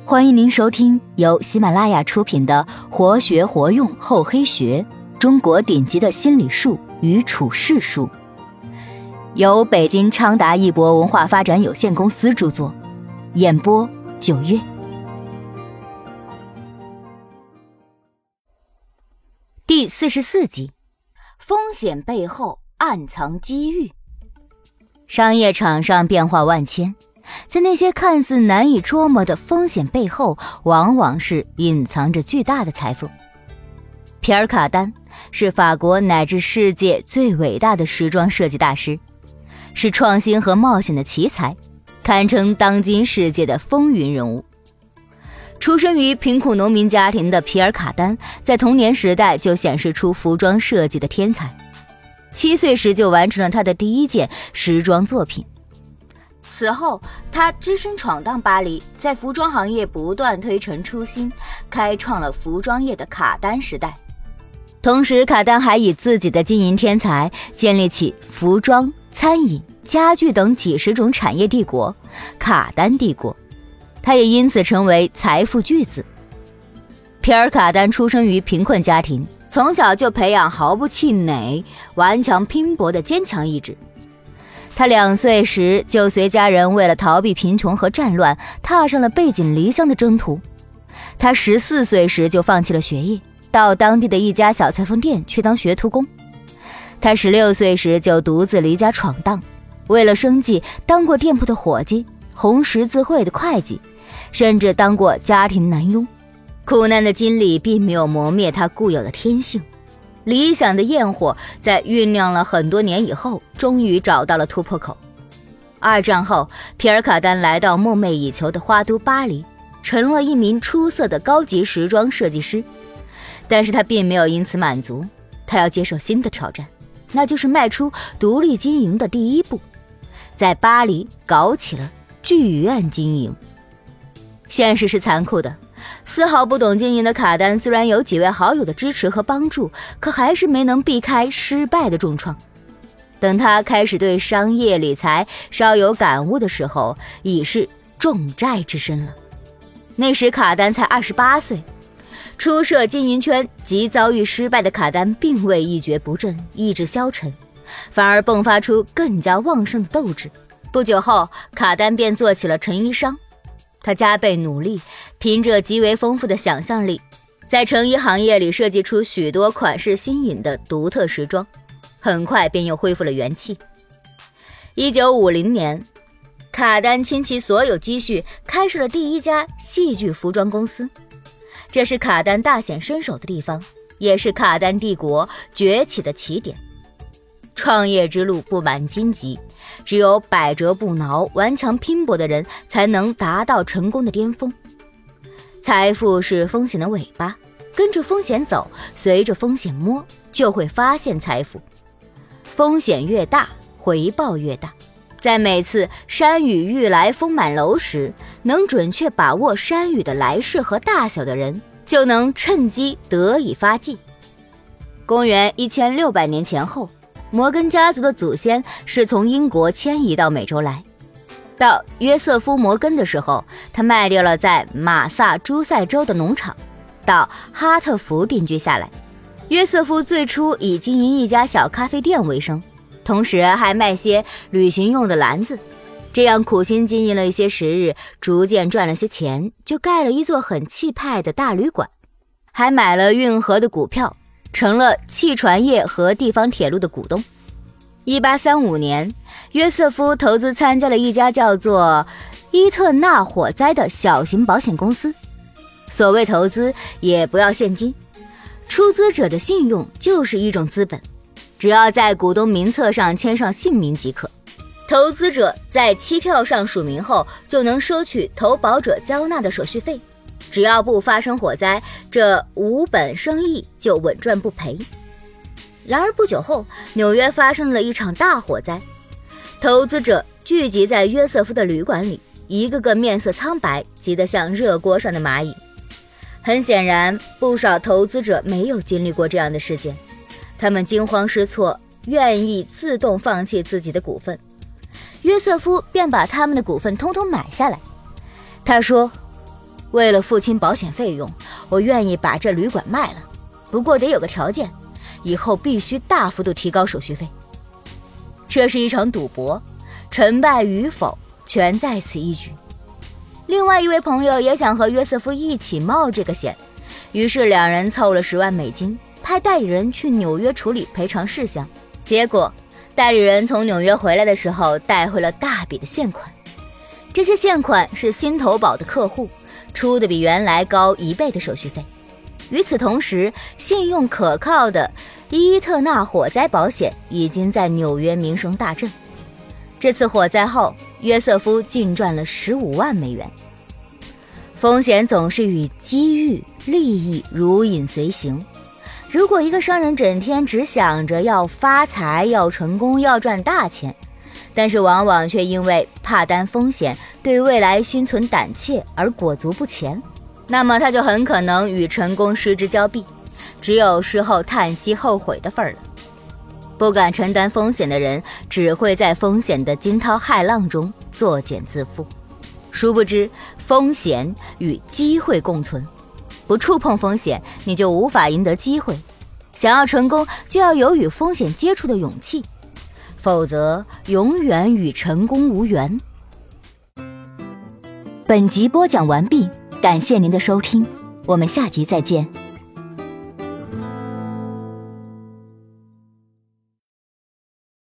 欢迎您收听由喜马拉雅出品的活学活用厚黑学，中国顶级的心理术与处世术，由北京昌达一博文化发展有限公司著作，演播9月。第44集，风险背后暗藏机遇。商业场上变化万千，在那些看似难以捉摸的风险背后，往往是隐藏着巨大的财富。皮尔卡丹是法国乃至世界最伟大的时装设计大师，是创新和冒险的奇才，堪称当今世界的风云人物。出生于贫苦农民家庭的皮尔卡丹，在童年时代就显示出服装设计的天才，7岁时就完成了他的第一件时装作品。此后他只身闯荡巴黎，在服装行业不断推陈出新，开创了服装业的卡丹时代。同时卡丹还以自己的经营天才建立起服装、餐饮、家具等几十种产业帝国——卡丹帝国。他也因此成为财富巨子。皮尔卡丹出生于贫困家庭，从小就培养毫不气馁、顽强拼搏的坚强意志。他2岁时就随家人为了逃避贫穷和战乱，踏上了背井离乡的征途。他14岁时就放弃了学业，到当地的一家小裁缝店去当学徒工。他16岁时就独自离家闯荡，为了生计当过店铺的伙计、红十字会的会计，甚至当过家庭男佣。苦难的经历并没有磨灭他固有的天性，理想的焰火在酝酿了很多年以后，终于找到了突破口。2战后，皮尔卡丹来到梦寐以求的花都巴黎，成了一名出色的高级时装设计师。但是他并没有因此满足，他要接受新的挑战，那就是迈出独立经营的第一步，在巴黎搞起了剧院经营。现实是残酷的，丝毫不懂经营的卡丹虽然有几位好友的支持和帮助，可还是没能避开失败的重创。等他开始对商业理财稍有感悟的时候，已是重债之身了。那时卡丹才28岁，初涉经营圈即遭遇失败的卡丹并未一蹶不振、意志消沉，反而迸发出更加旺盛的斗志。不久后，卡丹便做起了成衣商。他加倍努力，凭着极为丰富的想象力，在成衣行业里设计出许多款式新颖的独特时装，很快便又恢复了元气。1950年，卡丹倾其所有积蓄开设了第一家戏剧服装公司，这是卡丹大显身手的地方，也是卡丹帝国崛起的起点。创业之路布满荆棘，只有百折不挠、顽强拼搏的人才能达到成功的巅峰。财富是风险的尾巴，跟着风险走，随着风险摸，就会发现财富。风险越大，回报越大。在每次山雨欲来风满楼时，能准确把握山雨的来势和大小的人，就能趁机得以发迹。公元1600年前后，摩根家族的祖先是从英国迁移到美洲来。到约瑟夫·摩根的时候，他卖掉了在马萨诸塞州的农场，到哈特福定居下来。约瑟夫最初以经营一家小咖啡店为生，同时还卖些旅行用的篮子。这样苦心经营了一些时日，逐渐赚了些钱，就盖了一座很气派的大旅馆，还买了运河的股票，成了汽船业和地方铁路的股东。1835年，约瑟夫投资参加了一家叫做伊特纳火灾的小型保险公司。所谓投资，也不要现金，出资者的信用就是一种资本，只要在股东名册上签上姓名即可。投资者在期票上署名后，就能收取投保者交纳的手续费。只要不发生火灾，这无本生意就稳赚不赔。然而不久后，纽约发生了一场大火灾，投资者聚集在约瑟夫的旅馆里，一个个面色苍白，急得像热锅上的蚂蚁。很显然，不少投资者没有经历过这样的事件，他们惊慌失措，愿意自动放弃自己的股份。约瑟夫便把他们的股份通通买下来。他说： 为了父亲保险费用，我愿意把这旅馆卖了，不过得有个条件，以后必须大幅度提高手续费。这是一场赌博，成败与否全在此一举。另外一位朋友也想和约瑟夫一起冒这个险，于是两人凑了10万美金，派代理人去纽约处理赔偿事项。结果代理人从纽约回来的时候带回了大笔的现款，这些现款是新投保的客户出的比原来高1倍的手续费。与此同时，信用可靠的伊特纳火灾保险已经在纽约名声大振。这次火灾后，约瑟夫净赚了15万美元。风险总是与机遇、利益如影随形。如果一个商人整天只想着要发财、要成功、要赚大钱，但是往往却因为怕担风险、对未来心存胆怯而裹足不前，那么他就很可能与成功失之交臂，只有事后叹息后悔的份儿了。不敢承担风险的人，只会在风险的惊涛骇浪中作茧自缚。殊不知，风险与机会共存，不触碰风险，你就无法赢得机会。想要成功，就要有与风险接触的勇气，否则永远与成功无缘。本集播讲完毕，感谢您的收听，我们下集再见。